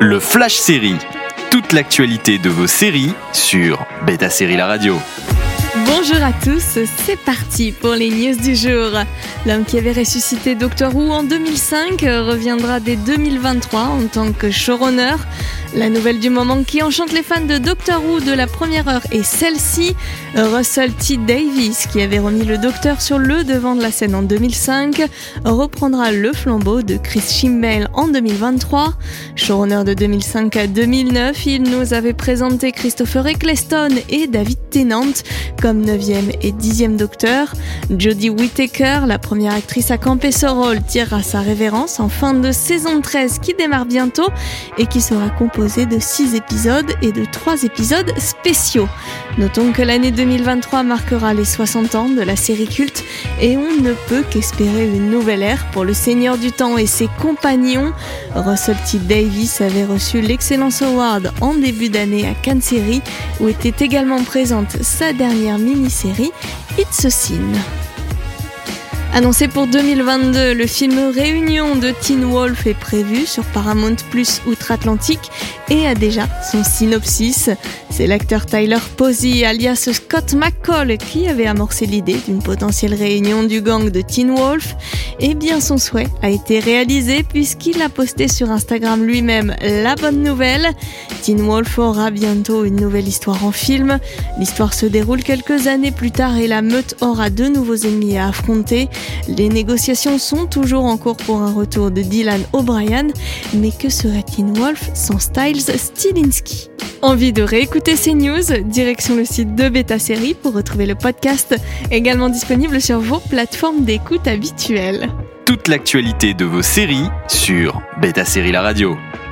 Le Flash Série. Toute l'actualité de vos séries sur Beta Série La Radio. Bonjour à tous, c'est parti pour les news du jour. L'homme qui avait ressuscité Doctor Who en 2005 reviendra dès 2023 en tant que showrunner. La nouvelle du moment qui enchante les fans de Doctor Who de la première heure est celle-ci. Russell T Davies, qui avait remis le Docteur sur le devant de la scène en 2005, reprendra le flambeau de Chris Chibnall en 2023. Showrunner de 2005 à 2009, il nous avait présenté Christopher Eccleston et David Tennant comme 9e et 10e Docteur. Jodie Whittaker, la première actrice à camper ce rôle, tirera sa révérence en fin de saison 13 qui démarre bientôt et qui sera composée de 6 épisodes et de 3 épisodes spéciaux. Notons que l'année 2023 marquera les 60 ans de la série culte et on ne peut qu'espérer une nouvelle ère pour le Seigneur du Temps et ses compagnons. Russell T Davies avait reçu l'Excellence Award en début d'année à Cannes Série où était également présente sa dernière mini-série It's a Sin. Annoncé pour 2022, le film Réunion de Teen Wolf est prévu sur Paramount Plus outre-Atlantique et a déjà son synopsis. C'est l'acteur Tyler Posey, alias Scott McCall, qui avait amorcé l'idée d'une potentielle réunion du gang de Teen Wolf. Et bien son souhait a été réalisé puisqu'il a posté sur Instagram lui-même la bonne nouvelle. Teen Wolf aura bientôt une nouvelle histoire en film. L'histoire se déroule quelques années plus tard et la meute aura de nouveaux ennemis à affronter. Les négociations sont toujours en cours pour un retour de Dylan O'Brien, mais que serait Teen Wolf sans Styles Stilinski ? Envie de réécouter ces news ? Direction le site de Beta Série pour retrouver le podcast, également disponible sur vos plateformes d'écoute habituelles. Toute l'actualité de vos séries sur Beta Série La Radio.